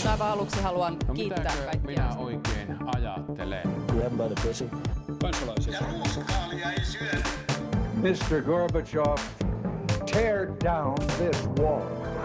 Aivan aluksi haluan kiittää kaikkia. Minä oikein ajattelen? Kansalaisia. Ja ruuskaalia ei syödä. Mr. Gorbachev, tear down this wall.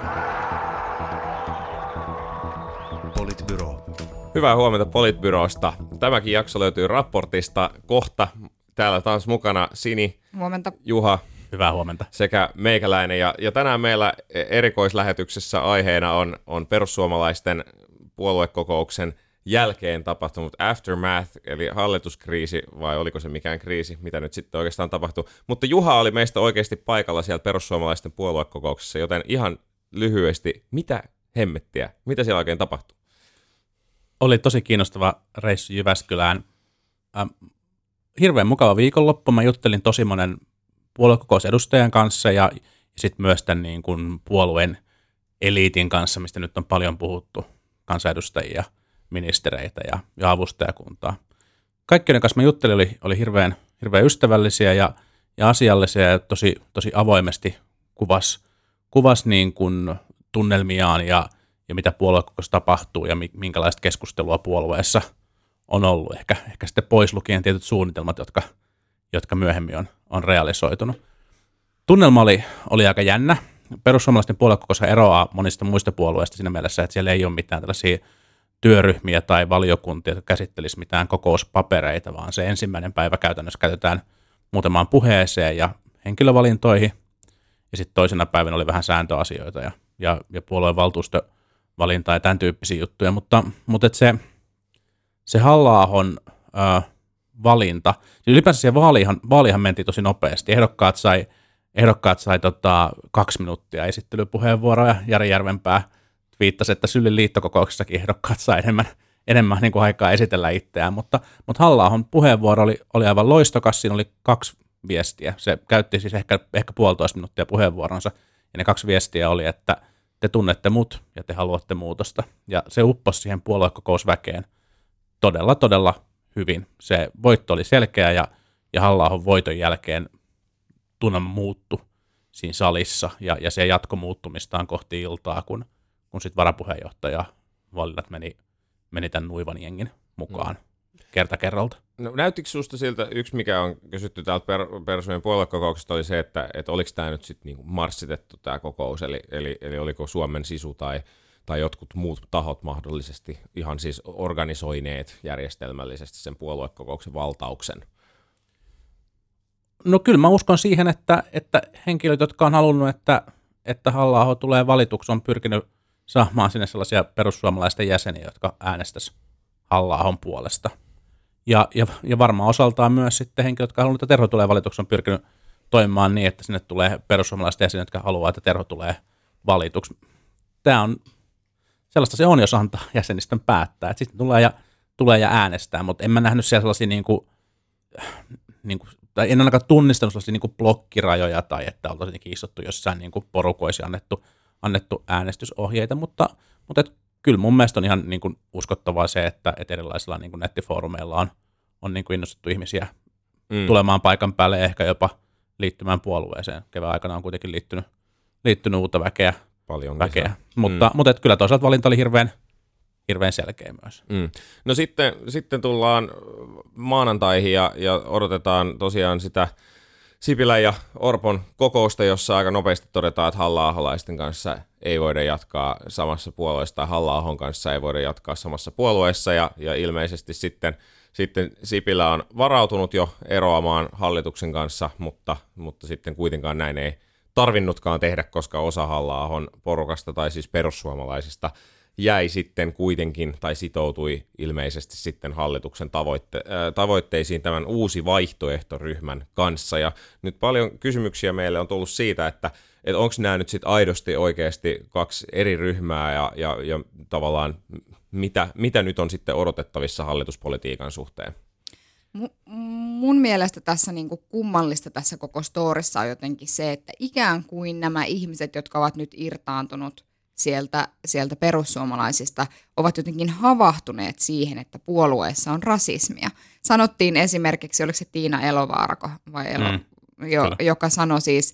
Politbyro. Hyvää huomenta Politbyrosta. Tämäkin jakso löytyy raportista kohta. Täällä taas mukana Sini, Huomenta. Juha. Hyvää huomenta. Sekä meikäläinen. Ja tänään meillä erikoislähetyksessä aiheena on perussuomalaisten puoluekokouksen jälkeen tapahtunut aftermath, eli hallituskriisi, vai oliko se mikään kriisi, mitä nyt sitten oikeastaan tapahtui. Mutta Juha oli meistä oikeasti paikalla siellä perussuomalaisten puoluekokouksessa, joten ihan lyhyesti, mitä hemmettiä, mitä siellä oikein tapahtui? Oli tosi kiinnostava reissu Jyväskylään. Hirveän mukava viikonloppu. Mä juttelin tosi monen puoluekokousedustajan kanssa ja sitten myös tämän niin kuin puolueen eliitin kanssa, mistä nyt on paljon puhuttu, kansanedustajia, ministereitä ja avustajakuntaa. Kaikki, joiden kanssa mä juttelin, oli hirveän ystävällisiä ja asiallisia ja tosi avoimesti kuvasi niin kuin tunnelmiaan ja mitä puoluekokouksessa tapahtuu ja minkälaista keskustelua puolueessa on ollut. Ehkä sitten pois lukien tietyt suunnitelmat, jotka myöhemmin on realisoitunut. Tunnelma oli aika jännä. Perussuomalaisten puoluekokous eroaa monista muista puolueista siinä mielessä, että siellä ei ole mitään tällaisia työryhmiä tai valiokuntia, jotka käsittelisivät mitään kokouspapereita, vaan se ensimmäinen päivä käytännössä käytetään muutamaan puheeseen ja henkilövalintoihin. Ja sitten toisena päivänä oli vähän sääntöasioita ja puolueen valtuustovalintaa ja tämän tyyppisiä juttuja. Mutta se Halla-ahon valinta, ylipäänsä siihen vaalihan mentiin tosi nopeasti. Ehdokkaat sai 2 minuuttia esittelypuheenvuoroja. Jari Järvenpää viittasi, että Sylin liittokokouksessakin ehdokkaat sai enemmän niin kuin aikaa esitellä itseään, mutta Halla-ahon puheenvuoro oli aivan loistokas. Siinä oli 2 viestiä. Se käytti siis ehkä 1,5 minuuttia puheenvuoronsa, ja ne 2 viestiä oli, että te tunnette mut ja te haluatte muutosta. Ja se upposi siihen puoluekokousväkeen todella hyvin. Se voitto oli selkeä ja Halla-ahon voiton jälkeen tunnelma muuttui siinä salissa ja se jatko muuttumistaan kohti iltaa, kun sitten varapuheenjohtaja valinnat meni tämän Nuivan jengin mukaan kerta kerralta. No, näyttikö susta siltä, yksi mikä on kysytty täältä perussuomalaisten puoluekokouksesta oli se, että oliko tämä nyt sitten niinku marssitettu tämä kokous, eli oliko Suomen sisu tai jotkut muut tahot mahdollisesti ihan siis organisoineet järjestelmällisesti sen puoluekokouksen valtauksen? No kyllä mä uskon siihen, että henkilöt, jotka on halunnut, että Halla-aho tulee valituksi, on pyrkinyt saamaan sinne sellaisia perussuomalaisten jäseniä, jotka äänestäisivät Halla-ahon puolesta. Ja varmaan osaltaan myös sitten henkilöt, jotka haluavat, että Terho tulee valituksi, on pyrkinyt toimimaan niin, että sinne tulee perussuomalaisten jäseniä, jotka haluaa, että Terho tulee valituksi. Tämä on sellaista se on, jos antaa jäsenistön päättää. Että sitten tulee ja äänestää, mutta en mä nähnyt siellä sellaisia tai en ainakaan tunnistanut sellaisia blokkirajoja tai että oltaisiin kiistottu jossain porukoissa annettu äänestysohjeita, mutta kyllä mun mielestä on ihan uskottavaa se, että erilaisilla nettifoorumeilla on innostettu ihmisiä tulemaan paikan päälle ja ehkä jopa liittymään puolueeseen. Kevään aikana on kuitenkin liittynyt uutta väkeä. Paljon väkeä. Mutta kyllä toisaalta valinta oli hirveän selkeä myös. No sitten tullaan maanantaihin ja odotetaan tosiaan sitä Sipilän ja Orpon kokousta, jossa aika nopeasti todetaan, että Halla-aholaisten kanssa ei voida jatkaa samassa puolueessa tai Halla-ahon kanssa ei voida jatkaa samassa puolueessa ja ilmeisesti sitten Sipilä on varautunut jo eroamaan hallituksen kanssa, mutta sitten kuitenkaan näin ei tarvinnutkaan tehdä, koska osa Halla-ahon porukasta tai siis perussuomalaisista jäi sitten kuitenkin tai sitoutui ilmeisesti sitten hallituksen tavoitteisiin tämän uusi vaihtoehtoryhmän kanssa. Ja nyt paljon kysymyksiä meille on tullut siitä, että onko nämä nyt sitten aidosti oikeasti 2 eri ryhmää ja tavallaan mitä nyt on sitten odotettavissa hallituspolitiikan suhteen? Mun mielestä tässä kummallista tässä koko storissa on jotenkin se, että ikään kuin nämä ihmiset, jotka ovat nyt irtaantunut sieltä perussuomalaisista, ovat jotenkin havahtuneet siihen, että puolueessa on rasismia. Sanottiin esimerkiksi, oliko se Tiina Elovaarako vai joka sanoi siis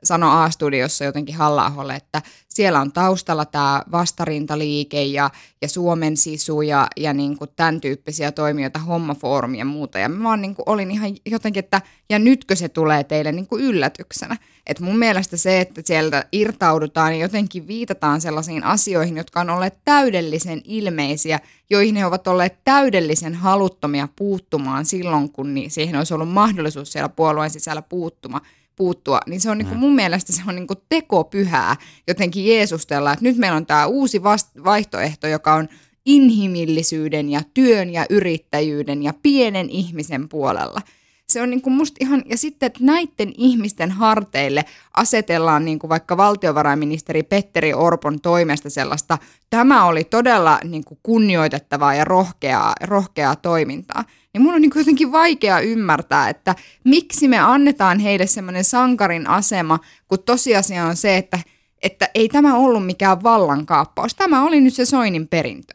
sanoi A-studiossa jotenkin Halla-aholle, että siellä on taustalla tämä vastarintaliike ja Suomen sisu ja niin kuin tämän tyyppisiä toimijoita, Hommafoorumi ja muuta. Ja mä vaan niin kuin olin ihan jotenkin, että ja nytkö se tulee teille niin kuin yllätyksenä. Että mun mielestä se, että sieltä irtaudutaan, niin jotenkin viitataan sellaisiin asioihin, jotka on olleet täydellisen ilmeisiä, joihin he ovat olleet täydellisen haluttomia puuttumaan silloin, kun siihen olisi ollut mahdollisuus siellä puolueen sisällä puuttua, niin se on niin kuin mun mielestä se on niin kuin tekopyhää jotenkin jeesustella, että nyt meillä on tämä uusi vaihtoehto, joka on inhimillisyyden ja työn ja yrittäjyyden ja pienen ihmisen puolella. Se on niin kuin musta ihan, ja sitten, että näiden ihmisten harteille asetellaan niin kuin vaikka valtiovarainministeri Petteri Orpon toimesta sellaista, tämä oli todella niin kuin kunnioitettavaa ja rohkeaa toimintaa. Niin mun on niin kuin jotenkin vaikea ymmärtää, että miksi me annetaan heille semmoinen sankarin asema, kun tosiasia on se, että ei tämä ollut mikään vallankaappaus. Tämä oli nyt se Soinin perintö.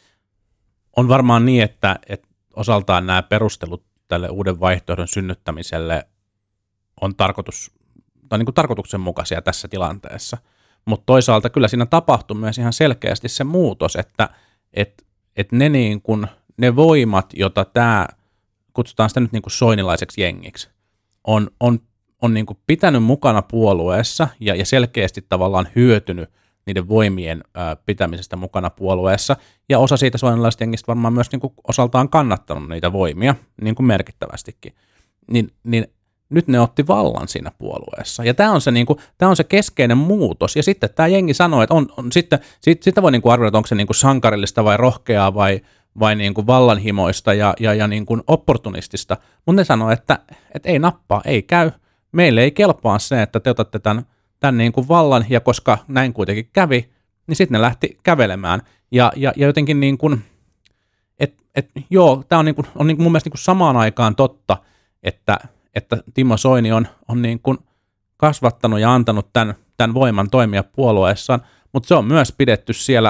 On varmaan niin, että osaltaan nämä perustelut tälle uuden vaihtoehdon synnyttämiselle on niin kuin tarkoituksenmukaisia tässä tilanteessa. Mutta toisaalta kyllä siinä tapahtui myös ihan selkeästi se muutos, että ne, niin kuin, ne voimat, joita tämä, kutsutaan sitä nyt niin kuin soinilaiseksi jengiksi, on niin kuin pitänyt mukana puolueessa ja selkeästi tavallaan hyötynyt niiden voimien pitämisestä mukana puolueessa, ja osa siitä soinilaisesta jengistä varmaan myös niin kuin osaltaan kannattanut niitä voimia niin kuin merkittävästikin, niin nyt ne otti vallan siinä puolueessa. Ja tämä on se keskeinen muutos. Ja sitten tämä jengi sanoo, että sitten voi niin kuin arvioida, että onko se niin kuin sankarillista vai rohkeaa vai niin kuin vallanhimoista ja niin kuin opportunistista. Mutta ne sanoo, että ei nappaa, ei käy. Meille ei kelpaa se, että te otatte tämän niin kuin vallan, ja koska näin kuitenkin kävi, niin sitten ne lähti kävelemään. Ja jotenkin niin kuin, tämä on, niin kuin mun mielestä niin kuin samaan aikaan totta, että Timo Soini on niin kuin kasvattanut ja antanut tämän voiman toimia puolueessaan, mutta se on myös pidetty siellä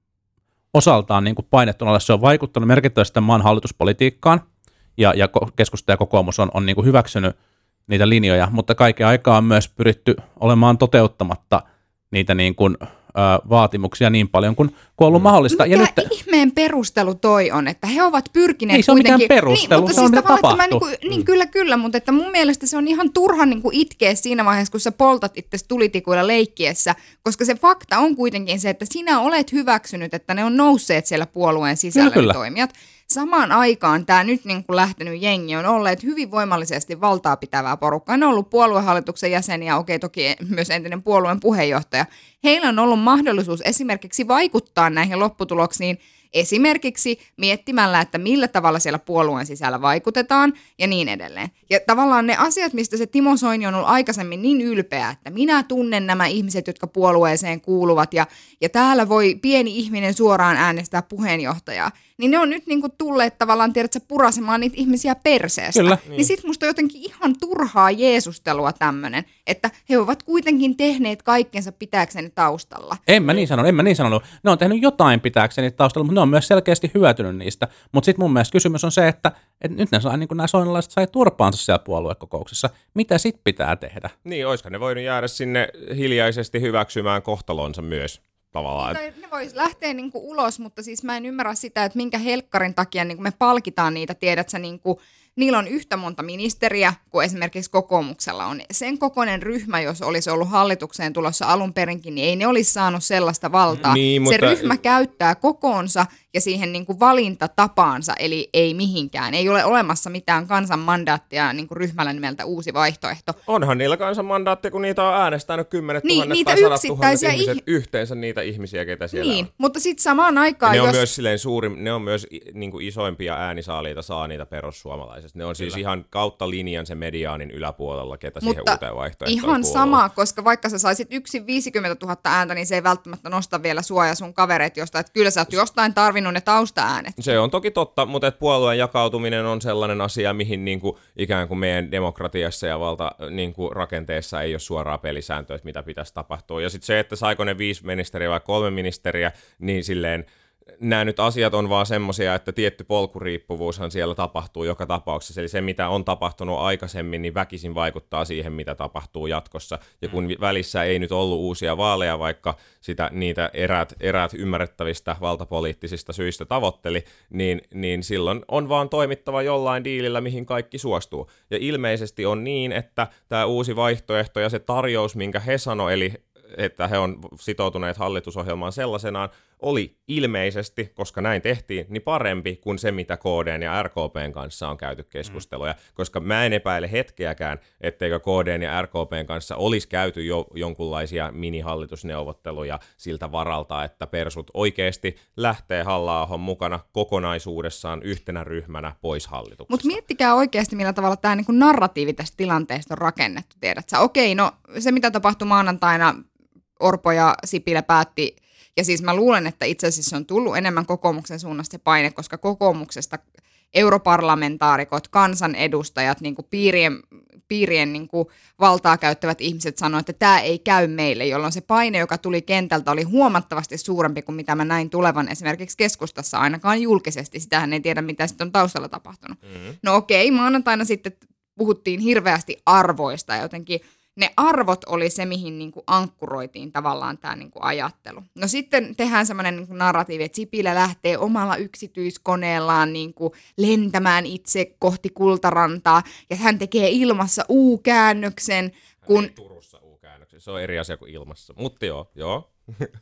osaltaan niin kuin painettuna, se on vaikuttanut merkittävästi maan hallituspolitiikkaan, ja keskusta ja kokoomus on niin kuin hyväksynyt niitä linjoja, mutta kaiken aikaa on myös pyritty olemaan toteuttamatta niitä niin kuin vaatimuksia niin paljon kuin on ollut mahdollista. Mikä ihmeen perustelu toi on, että he ovat pyrkineet ei se kuitenkin... Ei se ole mikään perustelu, niin, se on mitä tapahtuu. Kyllä, mutta että mun mielestä se on ihan turha niin kuin itkeä siinä vaiheessa, kun sä poltat itse tulitikuilla leikkiessä, koska se fakta on kuitenkin se, että sinä olet hyväksynyt, että ne on nousseet siellä puolueen sisällä ne toimijat. Samaan aikaan tämä nyt niin kuin lähtenyt jengi on olleet hyvin voimallisesti valtaa pitävää porukkaa. Ne on ollut puoluehallituksen jäseniä, toki myös entinen puolueen puheenjohtaja. Heillä on ollut mahdollisuus esimerkiksi vaikuttaa näihin lopputuloksiin esimerkiksi miettimällä, että millä tavalla siellä puolueen sisällä vaikutetaan ja niin edelleen. Ja tavallaan ne asiat, mistä se Timo Soini on ollut aikaisemmin niin ylpeä, että minä tunnen nämä ihmiset, jotka puolueeseen kuuluvat ja täällä voi pieni ihminen suoraan äänestää puheenjohtajaa, niin ne on nyt niin kuin tulleet tavallaan, tiedätkö, purasemaan niitä ihmisiä perseestä. Kyllä. Niin sit musta jotenkin ihan turhaa jeesustelua tämmönen, että he ovat kuitenkin tehneet kaikkensa pitääkseni taustalla. En mä niin sanonut. Ne on tehnyt jotain pitääkseni taustalla, mutta ne on myös selkeästi hyötynyt niistä. Mutta sitten mun mielestä kysymys on se, että nyt ne saa, niin kuin nämä soinilaiset sai turpaansa siellä puoluekokouksessa. Mitä sit pitää tehdä? Niin, olisiko ne voinut jäädä sinne hiljaisesti hyväksymään kohtalonsa myös? Tavallaan. Ne vois lähteä niinku ulos, mutta siis mä en ymmärrä sitä, että minkä helkkarin takia niinku me palkitaan niitä, tiedätkö, niinku, niillä on yhtä monta ministeriä kuin esimerkiksi kokoomuksella on. Sen kokoinen ryhmä, jos olisi ollut hallitukseen tulossa alun perinkin, niin ei ne olisi saanut sellaista valtaa. Niin, mutta... Se ryhmä käyttää kokoonsa ja siihen niin kuin valintatapaansa, eli ei mihinkään. Ei ole olemassa mitään kansan mandaattia niin kuin ryhmällä nimeltä uusi vaihtoehto. Onhan niillä kansan mandaattia, kun niitä on äänestänyt 10 000 niitä tai 100 000 ihmiset yhteensä niitä ihmisiä, ketä siellä niin, on. Mutta sitten samaan aikaan, ne on myös silleen ne on myös niin kuin isoimpia äänisaaliita saa niitä perussuomalaisista. Ne on siis ihan kautta linjan se mediaanin yläpuolella, ketä siihen uuteen vaihtoehtoon ihan kuuluu. sama, koska vaikka sä saisit yksin 50 000 ääntä, niin se ei välttämättä nosta vielä sua ja sun kavereet jostain, että kyllä sä oot jostain tarvinnut ne taustaäänet. Se on toki totta, mutta puolueen jakautuminen on sellainen asia, mihin niinku, ikään kuin meidän demokratiassa ja niinku, rakenteessa ei ole suoraa pelisääntöä, että mitä pitäisi tapahtua. Ja sitten se, että saiko ne 5 ministeriä vai 3 ministeriä, niin silleen nämä nyt asiat on vaan semmoisia, että tietty polkuriippuvuushan siellä tapahtuu joka tapauksessa. Eli se, mitä on tapahtunut aikaisemmin, niin väkisin vaikuttaa siihen, mitä tapahtuu jatkossa. Ja kun välissä ei nyt ollut uusia vaaleja, vaikka niitä eräät ymmärrettävistä valtapoliittisista syistä tavoitteli, niin silloin on vaan toimittava jollain diilillä, mihin kaikki suostuu. Ja ilmeisesti on niin, että tämä uusi vaihtoehto ja se tarjous, minkä he sanoi, eli että he on sitoutuneet hallitusohjelmaan sellaisenaan, oli ilmeisesti, koska näin tehtiin, niin parempi kuin se, mitä KD:n ja RKP:n kanssa on käyty keskusteluja, koska mä en epäile hetkeäkään, etteikö KD:n ja RKP:n kanssa olisi käyty jo jonkunlaisia minihallitusneuvotteluja siltä varalta, että persut oikeasti lähtee Halla-ahon mukana kokonaisuudessaan yhtenä ryhmänä pois hallituksesta. Mutta miettikää oikeasti, millä tavalla tämä niinku narratiivi tästä tilanteesta on rakennettu, tiedätkö? Okei, no se mitä tapahtui maanantaina, Orpo ja Sipilä päätti. Ja siis mä luulen, että itse asiassa on tullut enemmän kokoomuksen suunnasta se paine, koska kokoomuksesta europarlamentaarikot, kansanedustajat, niin kuin piirien niin kuin valtaa käyttävät ihmiset sanoivat, että tämä ei käy meille, jolloin se paine, joka tuli kentältä, oli huomattavasti suurempi kuin mitä mä näin tulevan esimerkiksi keskustassa, ainakaan julkisesti. Sitähän ei tiedä, mitä sitten on taustalla tapahtunut. No okei, maanantaina sitten puhuttiin hirveästi arvoista ja jotenkin ne arvot oli se, mihin niinku ankkuroitiin tavallaan tämä niinku ajattelu. No sitten tehdään semmoinen niinku narratiivi, että Sipilä lähtee omalla yksityiskoneellaan niinku lentämään itse kohti Kultarantaa, ja hän tekee ilmassa U-käännöksen. Kun Turussa U-käännöksen, se on eri asia kuin ilmassa, mutta joo.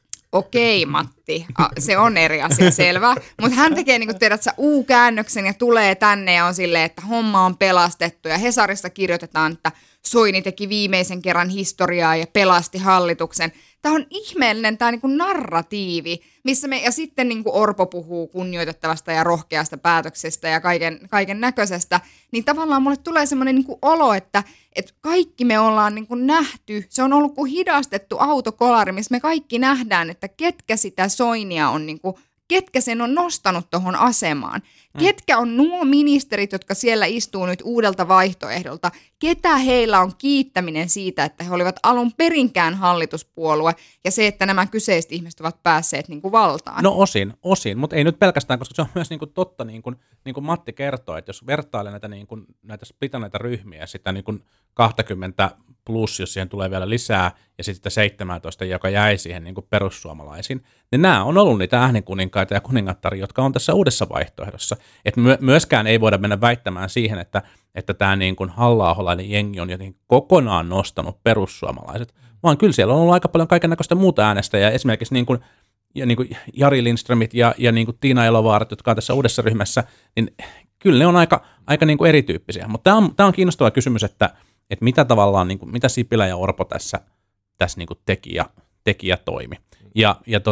Okei, Matti, se on eri asia, selvä. Mutta hän tekee, niin kuin tiedät sä, U-käännöksen ja tulee tänne ja on silleen, että homma on pelastettu. Ja Hesarissa kirjoitetaan, että Soini teki viimeisen kerran historiaa ja pelasti hallituksen. Tämä on ihmeellinen tämä niin kuin narratiivi, missä ja sitten niin kuin Orpo puhuu kunnioitettavasta ja rohkeasta päätöksestä ja kaiken näköisestä, niin tavallaan mulle tulee semmoinen niin kuin olo, että kaikki me ollaan niin kuin nähty, se on ollut kuin hidastettu autokolari, missä me kaikki nähdään, että ketkä sitä Soinia on niin kuin, ketkä sen on nostanut tuohon asemaan. Ketkä on nuo ministerit, jotka siellä istuu nyt uudelta vaihtoehdolta? Ketä heillä on kiittäminen siitä, että he olivat alun perinkään hallituspuolue ja se, että nämä kyseiset ihmiset ovat päässeet niin kuin valtaan? No osin, mutta ei nyt pelkästään, koska se on myös niin kuin totta, niin kuin Matti kertoi, että jos vertailee näitä splitaneita ryhmiä, sitä niin kuin 20 plus, jos siihen tulee vielä lisää, ja sitten 17, joka jäi siihen niin kuin perussuomalaisiin, niin nämä on ollut niitä äänenkuninkaita ja kuningattaria, jotka on tässä uudessa vaihtoehdossa. Että myöskään ei voida mennä väittämään siihen, että tämä niin kuin Halla-aholainen jengi on jotenkin kokonaan nostanut perussuomalaiset, vaan kyllä siellä on ollut aika paljon kaikennäköistä muuta äänestä, ja esimerkiksi niin kuin Jari Lindströmit ja niin kuin Tiina Elovaarat, jotka on tässä uudessa ryhmässä, niin kyllä ne on aika niin kuin erityyppisiä. Mutta tämä on kiinnostava kysymys, että mitä tavallaan, niin kuin, mitä Sipilä ja Orpo tässä niin kuin teki ja toimi. Ja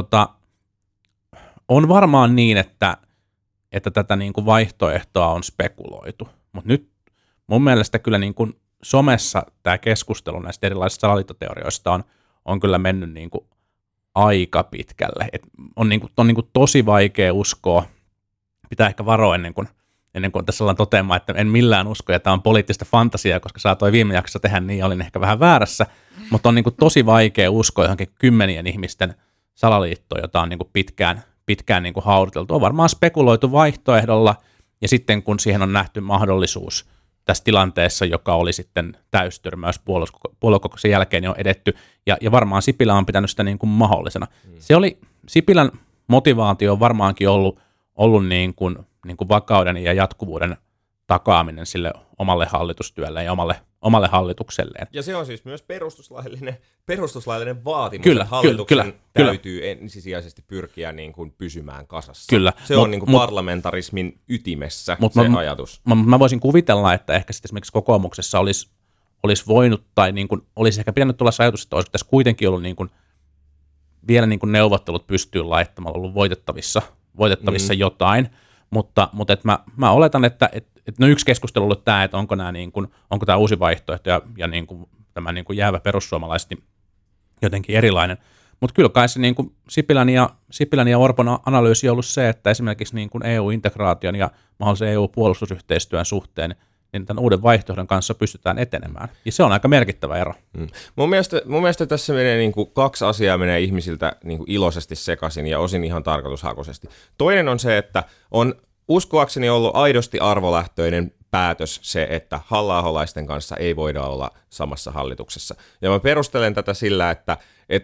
on varmaan niin, että tätä niin kuin vaihtoehtoa on spekuloitu, mutta nyt mun mielestä kyllä niin kuin somessa tämä keskustelu näistä erilaisista salaliittoteorioista on kyllä mennyt niin kuin aika pitkälle. On tosi vaikea uskoa, pitää ehkä varoa ennen kuin tässä ollaan toteamaan, että en millään usko, ja tämä on poliittista fantasiaa, koska saatoin viime jaksossa tehdä niin, ja olin ehkä vähän väärässä, mutta on niin kuin tosi vaikea uskoa johonkin 10 ihmisten salaliittoon, jota on niin kuin pitkään niin kuin hauduteltu. On varmaan spekuloitu vaihtoehdolla, ja sitten kun siihen on nähty mahdollisuus tässä tilanteessa, joka oli sitten täystyrmäys puoluekokouksen jälkeen, niin on edetty, ja varmaan Sipilä on pitänyt sitä niin kuin mahdollisena. Se oli, Sipilän motivaatio on varmaankin ollut niin kuin vakauden ja jatkuvuuden takaaminen sille omalle hallitustyölle ja omalle hallitukselleen. Ja se on siis myös perustuslaillinen vaatimus, että hallituksen täytyy ensisijaisesti pyrkiä niin kuin pysymään kasassa. Kyllä. Se on niin kuin parlamentarismin ytimessä se ajatus. Mä voisin kuvitella, että ehkä sitten esimerkiksi kokoomuksessa olisi voinut, tai niin kuin, olisi ehkä pitänyt tulla se ajatus, että olisi tässä kuitenkin ollut niin kuin, vielä niin kuin neuvottelut pystyyn laittamalla, ollut voitettavissa jotain. Mutta mä oletan, että no yksi keskustelu on ollut tämä, että onko tämä uusi vaihtoehto ja niin kuin, tämä niin kuin jäävä perussuomalaiset niin jotenkin erilainen. Mutta kyllä kai se niin kuin Sipilän ja Orpon analyysi on ollut se, että esimerkiksi niin kuin EU-integraation ja mahdollisen EU-puolustusyhteistyön suhteen, niin tämän uuden vaihtoehdon kanssa pystytään etenemään. Ja se on aika merkittävä ero. Mun mielestä tässä menee niin kuin kaksi asiaa menee ihmisiltä niin kuin iloisesti sekaisin ja osin ihan tarkoitushakuisesti. Toinen on se, että on uskoakseni ollut aidosti arvolähtöinen päätös se, että halla-aholaisten kanssa ei voida olla samassa hallituksessa. Ja mä perustelen tätä sillä, että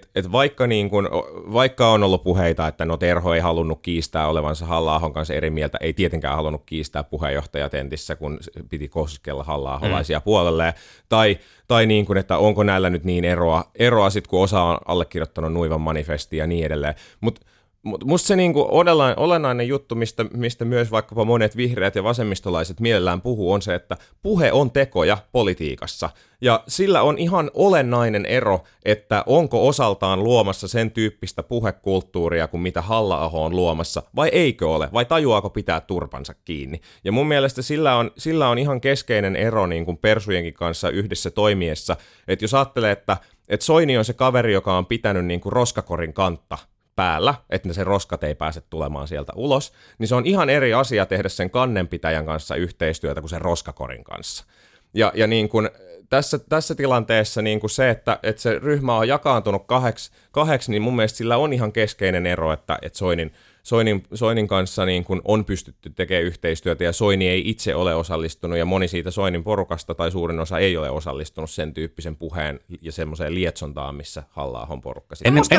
vaikka on ollut puheita, että no Terho ei halunnut kiistää olevansa Halla-ahon kanssa eri mieltä, ei tietenkään halunnut kiistää puheenjohtajatentissä, kun piti koskella halla-aholaisia puolelleen, tai niin kuin, että onko näillä nyt niin eroa sit, kun osa on allekirjoittanut Nuivan manifestia ja niin edelleen. Mutta musta se niinku olennainen juttu, mistä myös vaikkapa monet vihreät ja vasemmistolaiset mielellään puhuu, on se, että puhe on tekoja politiikassa. Ja sillä on ihan olennainen ero, että onko osaltaan luomassa sen tyyppistä puhekulttuuria kuin mitä Halla-aho on luomassa, vai eikö ole, vai tajuaako pitää turpansa kiinni. Ja mun mielestä sillä on ihan keskeinen ero niin kuin persujenkin kanssa yhdessä toimiessa, että jos ajattelee, että Soini on se kaveri, joka on pitänyt niin kuin roskakorin kantta päällä, että se roskat ei pääse tulemaan sieltä ulos, niin se on ihan eri asia tehdä sen kannenpitäjän kanssa yhteistyötä kuin sen roskakorin kanssa. Ja niin kuin tässä tilanteessa niin kuin se, että se ryhmä on jakaantunut kahdeksi, niin mun mielestä sillä on ihan keskeinen ero, että Soinin kanssa niin kuin on pystytty tekemään yhteistyötä ja Soini ei itse ole osallistunut ja moni siitä Soinin porukasta tai suurin osa ei ole osallistunut sen tyyppisen puheen ja semmoiseen lietsontaan, missä Halla-ahon porukka.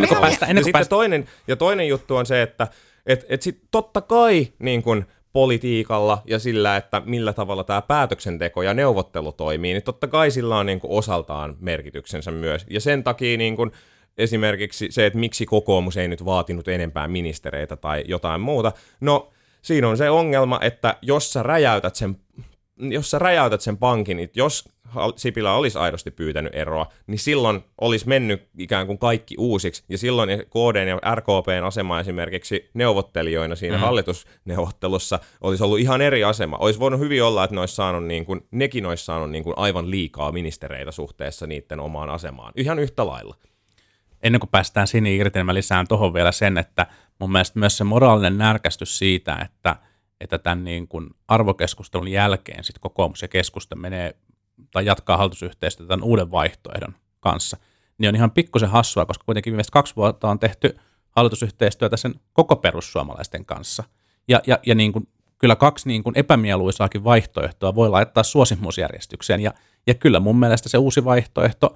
Toinen juttu on se, että sit totta kai niin kuin politiikalla ja sillä, että millä tavalla tämä päätöksenteko ja neuvottelu toimii, niin totta kai sillä on niin kuin osaltaan merkityksensä myös. Ja sen takia niin kuin esimerkiksi se, että miksi kokoomus ei nyt vaatinut enempää ministereitä tai jotain muuta. No, siinä on se ongelma, että jos sä räjäytät sen pankin, niin jos Sipilä olisi aidosti pyytänyt eroa, niin silloin olisi mennyt ikään kuin kaikki uusiksi, ja silloin KD:n ja RKP:n asema esimerkiksi neuvottelijoina siinä hallitusneuvottelussa olisi ollut ihan eri asema. Olisi voinut hyvin olla, että nekin olisi saanut niin kuin aivan liikaa ministereitä suhteessa niiden omaan asemaan. Ihan yhtä lailla. Ennen kuin päästään Sini irti, niin mä lisään tuohon vielä sen, että mun mielestä myös se moraalinen närkästys siitä, että tämän niin kuin arvokeskustelun jälkeen sit kokoomus ja keskusta menee tai jatkaa hallitusyhteistyötä tämän uuden vaihtoehdon kanssa, niin on ihan pikkusen hassua, koska kuitenkin viimeiset 2 vuotta on tehty hallitusyhteistyötä sen koko perussuomalaisten kanssa. Ja niin kuin, kyllä 2 niin kuin epämieluisaakin vaihtoehtoa voi laittaa suosimusjärjestykseen, ja kyllä mun mielestä se uusi vaihtoehto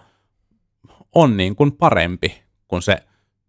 on niin kuin parempi kuin se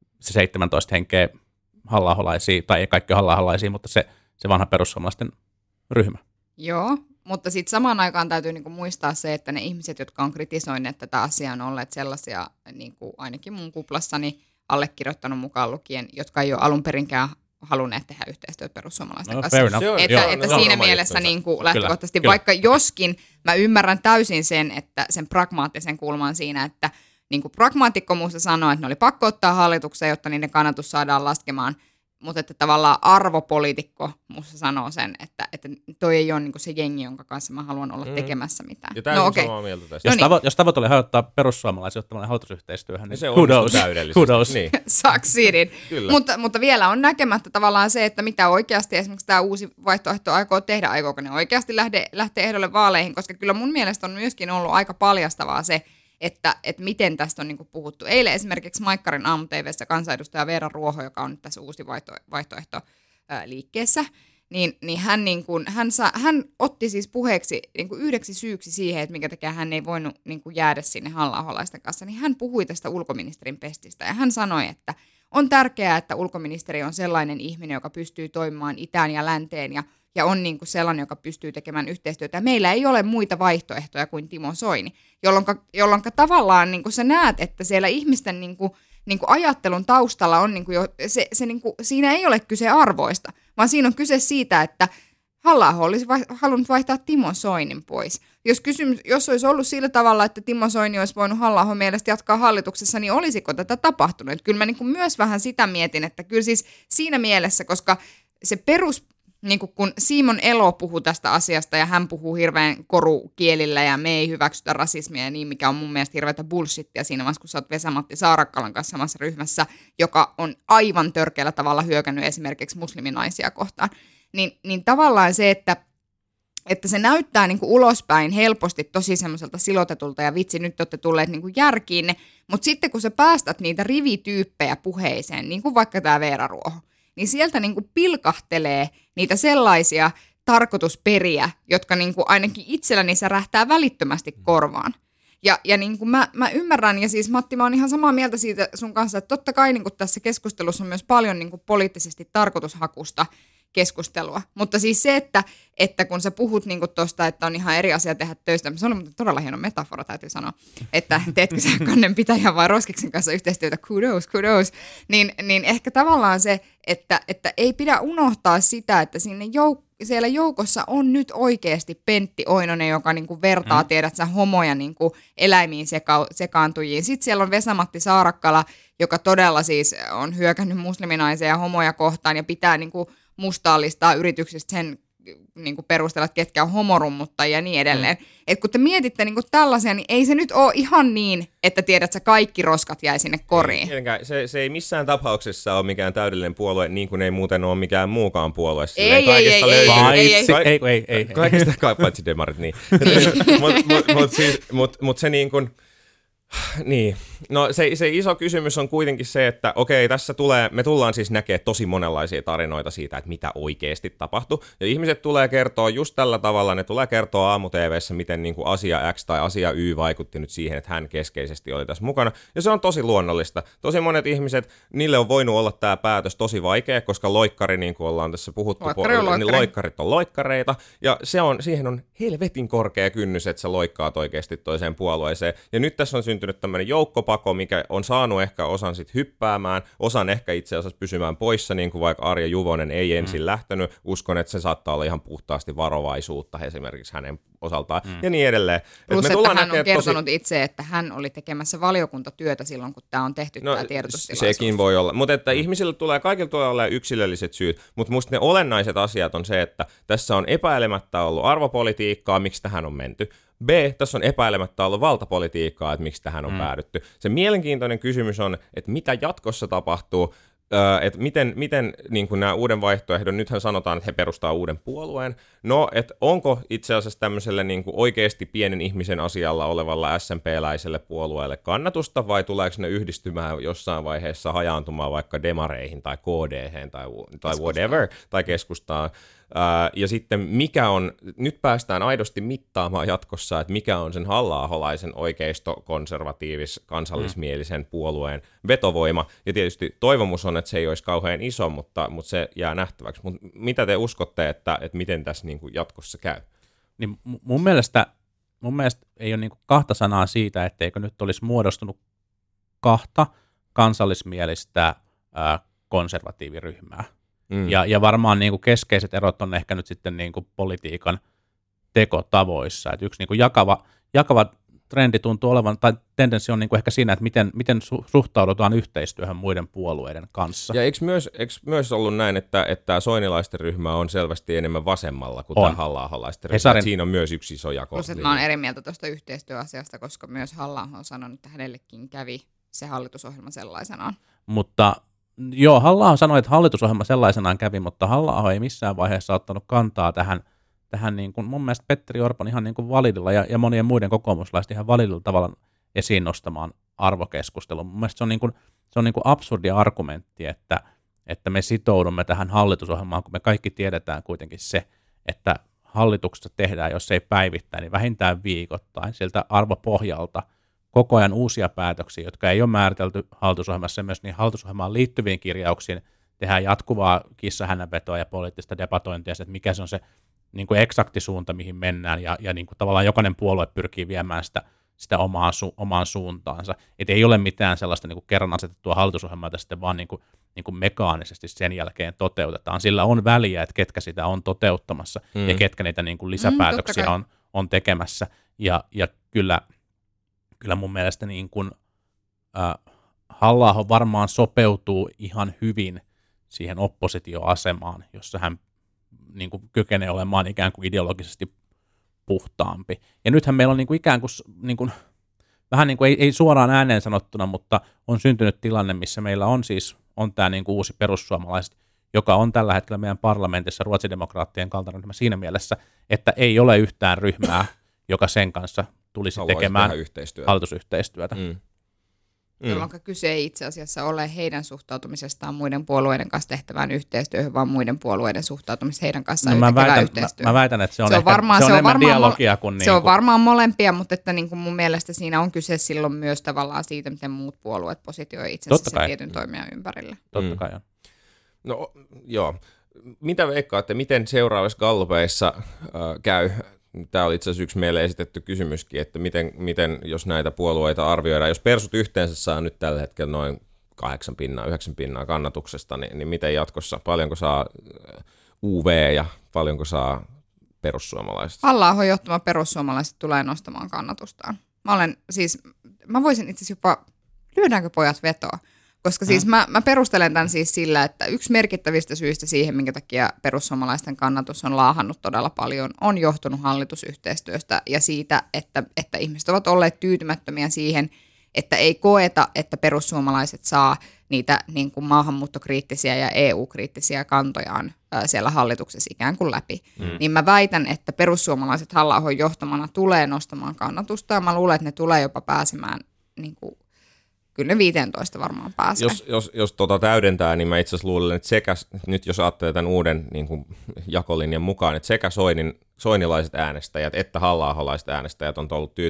17 henkeä halla-aholaisia, tai ei kaikki halla-aholaisia, mutta se vanha perussuomalaisten ryhmä. Joo, mutta sitten samaan aikaan täytyy niinku muistaa se, että ne ihmiset, jotka on kritisoineet tätä asiaa, on olleet sellaisia, niinku ainakin mun kuplassani allekirjoittanut mukaan lukien, jotka ei ole alun perinkään halunneet tehdä yhteistyötä perussuomalaisten kanssa. Että siinä mielessä niinku lähtökohtaisesti, vaikka joskin mä ymmärrän täysin sen, että sen pragmaattisen kulman siinä, että niinku pragmaatikko muussa sanoo, että ne oli pakko ottaa hallitukseen, jotta niiden kannatus saadaan laskemaan, mutta että tavallaan arvopoliitikko muussa sanoo sen, että toi ei ole niinku se jengi, jonka kanssa mä haluan olla tekemässä mitään. Ja täysin samaa mieltä tästä. Jos tavoite oli hajottaa perussuomalaisia ottamalla hallitusyhteistyöhön, niin se on täydellisesti. Niin. Succeeded. Mutta vielä on näkemättä tavallaan se, että mitä oikeasti esimerkiksi tämä uusi vaihtoehto aikoo tehdä, aikooko ne oikeasti lähteä ehdolle vaaleihin, koska kyllä mun mielestä on myöskin ollut aika paljastavaa se, että miten tästä on niinku puhuttu. Eilen esimerkiksi Maikkarin aamu-tv:ssä kansanedustaja Veera Ruoho, joka on nyt tässä uusi vaihtoehto liikkeessä, niin hän otti siis puheeksi niinku yhdeksi syyksi siihen, että minkä takia hän ei voinut niinku jäädä sinne halla-aholaisten kanssa, niin hän puhui tästä ulkoministerin pestistä ja hän sanoi, että on tärkeää, että ulkoministeri on sellainen ihminen, joka pystyy toimimaan itään ja länteen ja on niin kuin sellainen, joka pystyy tekemään yhteistyötä. Meillä ei ole muita vaihtoehtoja kuin Timo Soini, jolloin tavallaan niin kuin sä näet, että siellä ihmisten niin kuin ajattelun taustalla on niin kuin jo, se niin kuin, siinä ei ole kyse arvoista, vaan siinä on kyse siitä, että Halla-aho olisi halunnut vaihtaa Timo Soinin pois. Jos olisi ollut sillä tavalla, että Timo Soini olisi voinut Halla-ahon mielestä jatkaa hallituksessa, niin olisiko tätä tapahtunut? Kyllä mä niin kuin myös vähän sitä mietin, että kyllä siis siinä mielessä, koska se niin kun Simon Elo puhuu tästä asiasta ja hän puhuu hirveän korukielillä ja me ei hyväksytä rasismia ja niin, mikä on mun mielestä hirveätä bullshittia siinä vaiheessa, kun sä oot Vesa-Matti Saarakkalan kanssa samassa ryhmässä, joka on aivan törkeällä tavalla hyökännyt esimerkiksi musliminaisia kohtaan. Niin tavallaan se, että se näyttää niin kuin ulospäin helposti tosi semmoiselta silotetulta ja vitsi, nyt te olette tulleet niin kuin järkiinne, mutta sitten kun sä päästät niitä rivityyppejä puheeseen, niin kuin vaikka tämä Veera Ruoho, niin sieltä niin kuin pilkahtelee niitä sellaisia tarkoitusperiä, jotka niin kuin ainakin itselläni särähtää välittömästi korvaan. Ja niin kuin mä ymmärrän, ja siis Matti, mä oon ihan samaa mieltä siitä sun kanssa, että totta kai niin kuin tässä keskustelussa on myös paljon niin kuin poliittisesti tarkoitushakusta keskustelua. Mutta siis se, että kun sä puhut niin kuin tosta, että on ihan eri asia tehdä töistä, se on todella hieno metafora, täytyy sanoa, että teetkö sä kannenpitäjän vai Roskiksen kanssa yhteistyötä, kudos, niin ehkä tavallaan se, että ei pidä unohtaa sitä, että siellä joukossa on nyt oikeasti Pentti Oinonen, joka niin kuin vertaa, tiedät sä, homoja niin kuin eläimiin sekaantujiin. Sitten siellä on Vesa-Matti Saarakkala, joka todella siis on hyökännyt musliminaisia ja homoja kohtaan ja pitää niin kuin mustaa listaa yrityksistä sen niin kuin perusteella, että ketkä on homorummuttajia ja niin edelleen. Et kun te mietitte niin kuin tällaisia, niin ei se nyt ole ihan niin, että tiedät sä kaikki roskat jäi sinne koriin. Se ei missään tapauksessa ole mikään täydellinen puolue, niin kuin ei muuten ole mikään muukaan puolue. Ei. Kaikista paitsi demarit, niin. Mutta se niin kuin... Niin, no se iso kysymys on kuitenkin se, että okei, me tullaan siis näkemään tosi monenlaisia tarinoita siitä, että mitä oikeasti tapahtui. Ja ihmiset tulee kertoa just tällä tavalla, ne tulee kertoa aamu-tv:ssä, miten niin kuin asia X tai asia Y vaikutti nyt siihen, että hän keskeisesti oli tässä mukana. Ja se on tosi luonnollista. Tosi monet ihmiset, niille on voinut olla tämä päätös tosi vaikea, koska loikkari, niin kuin ollaan tässä puhuttu, niin loikkarit on loikkareita. Ja siihen on helvetin korkea kynnys, että sä loikkaat oikeasti toiseen puolueeseen. Ja nyt tässä on syntynyt tämmöinen joukkopako, mikä on saanut ehkä osan sit hyppäämään, osan ehkä itse asiassa pysymään poissa, niin kuin vaikka Arja Juvonen ei ensin lähtenyt. Uskon, että se saattaa olla ihan puhtaasti varovaisuutta esimerkiksi hänen osaltaan ja niin edelleen. Plus, että hän on kertonut itse, että hän oli tekemässä valiokuntatyötä silloin, kun tämä on tehty tämä tiedotustilaisuus. Sekin voi olla, mutta että ihmisillä kaikilla tulee olla yksilölliset syyt, mutta musta ne olennaiset asiat on se, että tässä on epäilemättä ollut arvopolitiikkaa, miksi tähän on menty. B, tässä on epäilemättä ollut valtapolitiikkaa, että miksi tähän on päädytty. Se mielenkiintoinen kysymys on, että mitä jatkossa tapahtuu, että miten niin kuin nämä uuden vaihtoehdon, nythän sanotaan, että he perustaa uuden puolueen, no, että onko itse asiassa tämmöiselle niin kuin oikeasti pienen ihmisen asialla olevalla SMP-läiselle puolueelle kannatusta, vai tuleeko ne yhdistymään jossain vaiheessa hajaantumaan vaikka demareihin tai KD:hen tai whatever, tai keskustaan. Ja sitten nyt päästään aidosti mittaamaan jatkossa, että mikä on sen halla-aholaisen oikeisto-konservatiivis kansallismielisen puolueen vetovoima. Ja tietysti toivomus on, että se ei olisi kauhean iso, mutta se jää nähtäväksi. Mutta mitä te uskotte, että miten tässä niin kuin jatkossa käy? Niin mun mielestä ei ole niin kuin kahta sanaa siitä, etteikö nyt olisi muodostunut kahta kansallismielistä konservatiiviryhmää. Ja varmaan niin kuin keskeiset erot on ehkä nyt sitten niin kuin politiikan tekotavoissa. Et yksi niin kuin jakava trendi tuntuu olevan, tai tendenssi on niin kuin ehkä siinä, että miten suhtaudutaan yhteistyöhön muiden puolueiden kanssa. Ja eikö myös ollut näin, että soinilaisten ryhmä on selvästi enemmän vasemmalla kuin tämä halla-aholaisten ryhmä? Siinä on myös yksi iso jako. Plus, että mä oon eri mieltä tuosta yhteistyöasiasta, koska myös Halla-aho on sanonut, että hänellekin kävi se hallitusohjelma sellaisenaan. Mutta joo, Halla-aho sanoi, että hallitusohjelma sellaisenaan kävi, mutta Halla-aho ei missään vaiheessa ottanut kantaa tähän niin kuin, mun mielestä Petteri Orpon ihan niin kuin validilla ja monien muiden kokoomuslaisten ihan validilla tavalla esiin nostamaan arvokeskustelun. Mun mielestä se on niin kuin absurdi argumentti, että me sitoudumme tähän hallitusohjelmaan, kun me kaikki tiedetään kuitenkin se, että hallituksessa tehdään, jos ei päivittäin, niin vähintään viikoittain sieltä arvopohjalta koko ajan uusia päätöksiä, jotka ei ole määritelty hallitusohjelmassa, myös niin hallitusohjelmaan liittyviin kirjauksiin tehdään jatkuvaa kissahännänvetoa ja poliittista debatointia, että mikä se on se niin kuin eksakti suunta, mihin mennään, ja niin kuin tavallaan jokainen puolue pyrkii viemään sitä omaan suuntaansa. Et ei ole mitään sellaista niin kuin kerran asetettua hallitusohjelmaa, että sitten vaan niin kuin mekaanisesti sen jälkeen toteutetaan. Sillä on väliä, että ketkä sitä on toteuttamassa ja ketkä niitä niin kuin lisäpäätöksiä on tekemässä. Ja kyllä mun mielestä niin kuin, Halla-aho varmaan sopeutuu ihan hyvin siihen oppositioasemaan, jossa hän niin kuin kykenee olemaan ikään kuin ideologisesti puhtaampi. Ja nythän meillä on niin kuin ikään kuin, vähän niin kuin ei suoraan ääneen sanottuna, mutta on syntynyt tilanne, missä meillä on tämä niin kuin uusi perussuomalaiset, joka on tällä hetkellä meidän parlamentissa ruotsidemokraattien kaltainen ryhmä siinä mielessä, että ei ole yhtään ryhmää, joka sen kanssa tulisi tekemään hallitusyhteistyötä. Jolloin kyse ei itse asiassa ole heidän suhtautumisestaan muiden puolueiden kanssa tehtävään yhteistyöhön, vaan muiden puolueiden suhtautumista heidän kanssaan tekevään yhteistyöhön. Mä väitän, että se on enemmän dialogia kuin... Se on varmaan molempia, mutta että niin kuin mun mielestä siinä on kyse silloin myös tavallaan siitä, miten muut puolueet positioi itsensä tietyn toimijan ympärillä. Totta kai on. No joo. Mitä veikkaatte, miten seuraavissa gallupeissa käy? Tämä oli itse asiassa yksi meille esitetty kysymyskin, että miten jos näitä puolueita arvioidaan, jos persut yhteensä saa nyt tällä hetkellä noin 8-9% kannatuksesta, niin miten jatkossa, paljonko saa UV ja paljonko saa perussuomalaiset? Halla-ahon johtama perussuomalaiset tulee nostamaan kannatustaan. Mä voisin itse asiassa jopa, lyödäänkö pojat vetoa? Koska siis mä perustelen tämän siis sillä, että yksi merkittävistä syistä siihen, minkä takia perussuomalaisten kannatus on laahannut todella paljon, on johtunut hallitusyhteistyöstä ja siitä, että ihmiset ovat olleet tyytymättömiä siihen, että ei koeta, että perussuomalaiset saa niitä niin kuin maahanmuuttokriittisiä ja EU-kriittisiä kantojaan siellä hallituksessa ikään kuin läpi. Niin mä väitän, että perussuomalaiset Halla-ahon johtamana tulee nostamaan kannatusta ja mä luulen, että ne tulee jopa pääsemään niin kuin kyllä ne 15 varmaan pääsee. Jos täydentää, niin mä itse asiassa luulen, että sekä, nyt jos ajattelee tämän uuden niin kuin jakolinjan mukaan, että sekä soinilaiset äänestäjät että halla-aholaiset äänestäjät on ollut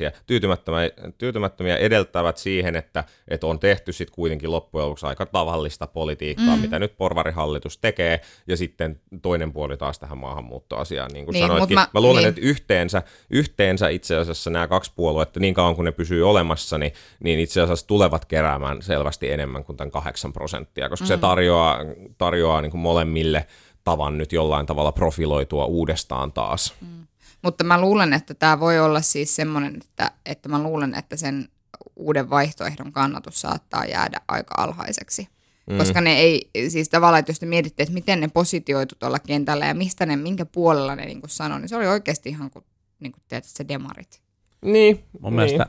tyytymättömiä edeltävät siihen, että on tehty sitten kuitenkin loppujen lopuksi aika tavallista politiikkaa, mitä nyt porvarihallitus tekee, ja sitten toinen puoli taas tähän maahanmuuttoasiaan, niin kuin sanoitkin. Mä luulen, että yhteensä itse asiassa nämä kaksi puoluetta, niin kauan kuin ne pysyy olemassa, niin itse asiassa tulevat keräämään selvästi enemmän kuin tämän 8%, koska se tarjoaa niin kuin molemmille tavan nyt jollain tavalla profiloitua uudestaan taas. Mutta mä luulen, että tämä voi olla siis semmoinen, että mä luulen, että sen uuden vaihtoehdon kannatus saattaa jäädä aika alhaiseksi. Koska ne ei, siis tavallaan, että jos te mietitte, että miten ne positioitu tuolla kentällä ja minkä puolella ne niin kuin sanoi, niin se oli oikeasti ihan kuin tietysti se demarit. Niin. Mun mielestä...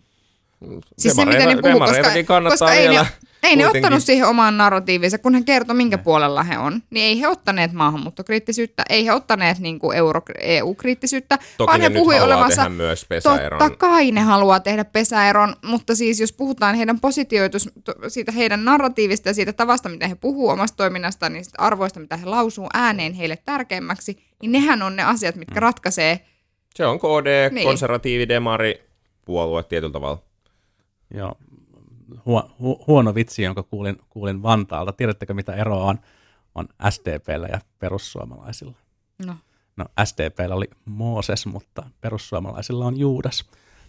Siis se, mitä ne puhuu, koska ei ne ottanut siihen omaan narratiivinsa, kun hän kertoi, minkä puolella he on. Niin ei he ottaneet maahanmuuttokriittisyyttä, ei he ottaneet niin kuin EU-kriittisyyttä, vaan he puhui olevansa, myös pesäeron. Totta kai ne haluaa tehdä pesäeron, mutta siis jos puhutaan heidän positioitus, siitä heidän narratiivista ja siitä tavasta, mitä he puhuu omasta toiminnastaan, niistä arvoista, mitä he lausuu ääneen heille tärkeimmäksi, niin nehän on ne asiat, mitkä ratkaisee. Se on KD, niin. Konservatiivi, demari, puolue tietyllä tavalla. Joo, huono vitsi, jonka kuulin Vantaalta. Tiedättekö, mitä eroa on SDP:llä ja perussuomalaisilla? No SDP:llä oli Mooses, mutta perussuomalaisilla on Juudas.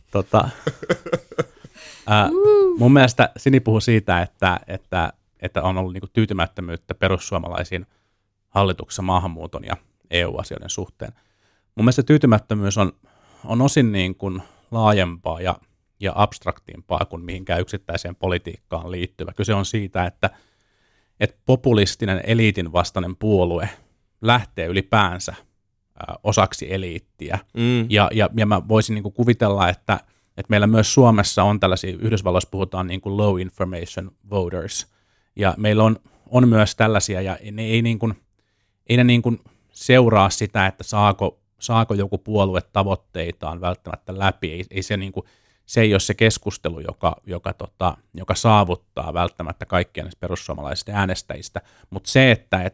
Mun mielestä Sini puhui siitä, että on ollut niinku tyytymättömyyttä perussuomalaisiin hallituksessa maahanmuuton ja EU-asioiden suhteen. Mun mielestä tyytymättömyys on osin niin kuin laajempaa ja abstraktimpaa kuin mihinkään yksittäiseen politiikkaan liittyvä. Kyse on siitä, että populistinen eliitin vastainen puolue lähtee ylipäänsä osaksi eliittiä. Ja mä voisin niin kuin kuvitella, että meillä myös Suomessa on tällaisia, Yhdysvalloissa puhutaan niin kuin low information voters, ja meillä on myös tällaisia, ja ne ei niin kuin seuraa sitä, että saako joku puolue tavoitteitaan välttämättä läpi. Ei se niin kuin, se ei ole se keskustelu, joka saavuttaa välttämättä kaikkia näistä perussuomalaisista äänestäjistä, mutta se, että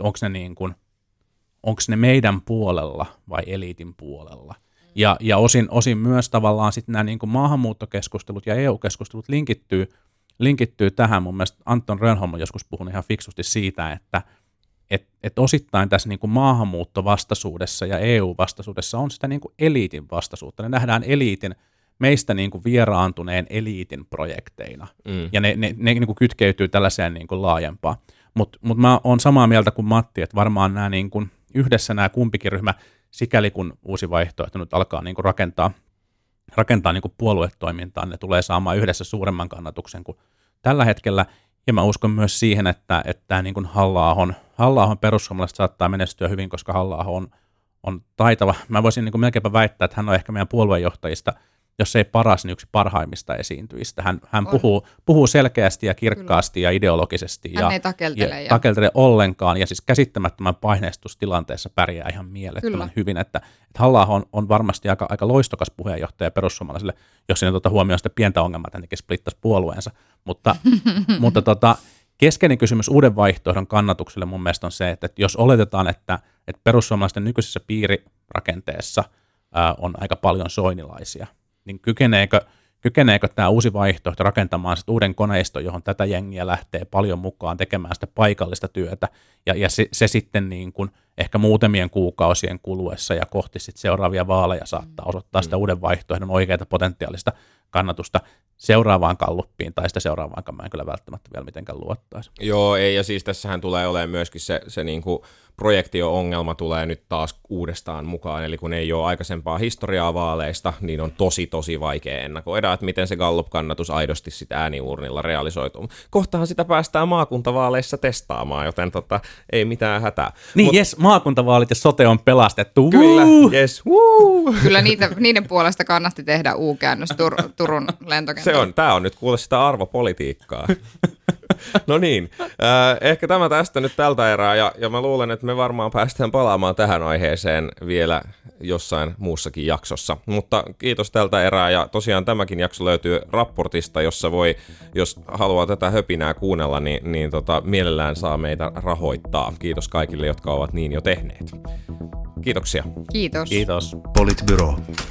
onko ne meidän puolella vai eliitin puolella. Ja osin myös tavallaan sitten nämä niin kuin maahanmuuttokeskustelut ja EU-keskustelut linkittyy tähän. Mun mielestä Anton Rönnholm on joskus puhunut ihan fiksusti siitä, että osittain tässä niin kuin maahanmuuttovastaisuudessa ja EU-vastaisuudessa on sitä niin kuin eliitin vastaisuutta. Ne nähdään eliitin, meistä niin kuin vieraantuneen eliitin projekteina, ja ne niin kuin kytkeytyy tällaiseen niin kuin laajempaan. Mutta mä oon samaa mieltä kuin Matti, että varmaan nämä niin kuin yhdessä nämä kumpikin ryhmä, sikäli kun uusi vaihtoehto nyt alkaa niin kuin rakentaa niin kuin puoluetoimintaa, ne tulee saamaan yhdessä suuremman kannatuksen kuin tällä hetkellä, ja mä uskon myös siihen, että niin kuin Halla-ahon perussuomalaiset saattaa menestyä hyvin, koska Halla-aho on taitava. Mä voisin niin kuin melkeinpä väittää, että hän on ehkä meidän puoluejohtajista jos ei paras, niin yksi parhaimmista esiintyjistä. Hän puhuu selkeästi ja kirkkaasti ja ideologisesti. Hän ei takeltele ollenkaan, ja siis käsittämättömän paineistustilanteessa pärjää ihan mielettömän hyvin. Että Halla-aho on varmasti aika loistokas puheenjohtaja perussuomalaisille, jos siinä huomioon sitä pientä ongelmaa, että hänkin splittasi puolueensa. Mutta keskeinen kysymys uuden vaihtoehdon kannatukselle mun mielestä on se, että jos oletetaan, että perussuomalaisten nykyisessä piirirakenteessa on aika paljon soinilaisia, niin kykeneekö tämä uusi vaihtoehto rakentamaan sit uuden koneiston, johon tätä jengiä lähtee paljon mukaan tekemään sitä paikallista työtä, ja se sitten niin kuin ehkä muutamien kuukausien kuluessa ja kohti sit seuraavia vaaleja saattaa osoittaa sitä uuden vaihtoehdon oikeaa potentiaalista kannatusta seuraavaan galluppiin tai sitä seuraavaankaan mä en kyllä välttämättä vielä mitenkään luottaisi. Joo, ei, ja siis tässähän tulee olemaan myöskin se niin kuin projektio-ongelma tulee nyt taas uudestaan mukaan, eli kun ei ole aikaisempaa historiaa vaaleista, niin on tosi vaikea ennakoida, että miten se Gallup-kannatus aidosti sitä ääniuurnilla realisoituu. Kohtahan sitä päästään maakuntavaaleissa testaamaan, joten ei mitään hätää. Niin, jes, maakuntavaalit ja sote on pelastettu. Kyllä, jes, Kyllä niiden puolesta kannatti tehdä U-käännös Turun lentokentällä. Tämä on nyt kuule sitä arvopolitiikkaa. No niin, ehkä tämä tästä nyt tältä erää, ja mä luulen, että me varmaan päästään palaamaan tähän aiheeseen vielä jossain muussakin jaksossa. Mutta kiitos tältä erää, ja tosiaan tämäkin jakso löytyy raportista, jossa voi, jos haluaa tätä höpinää kuunnella, niin mielellään saa meitä rahoittaa. Kiitos kaikille, jotka ovat niin jo tehneet. Kiitoksia. Kiitos. Kiitos. Politbyro.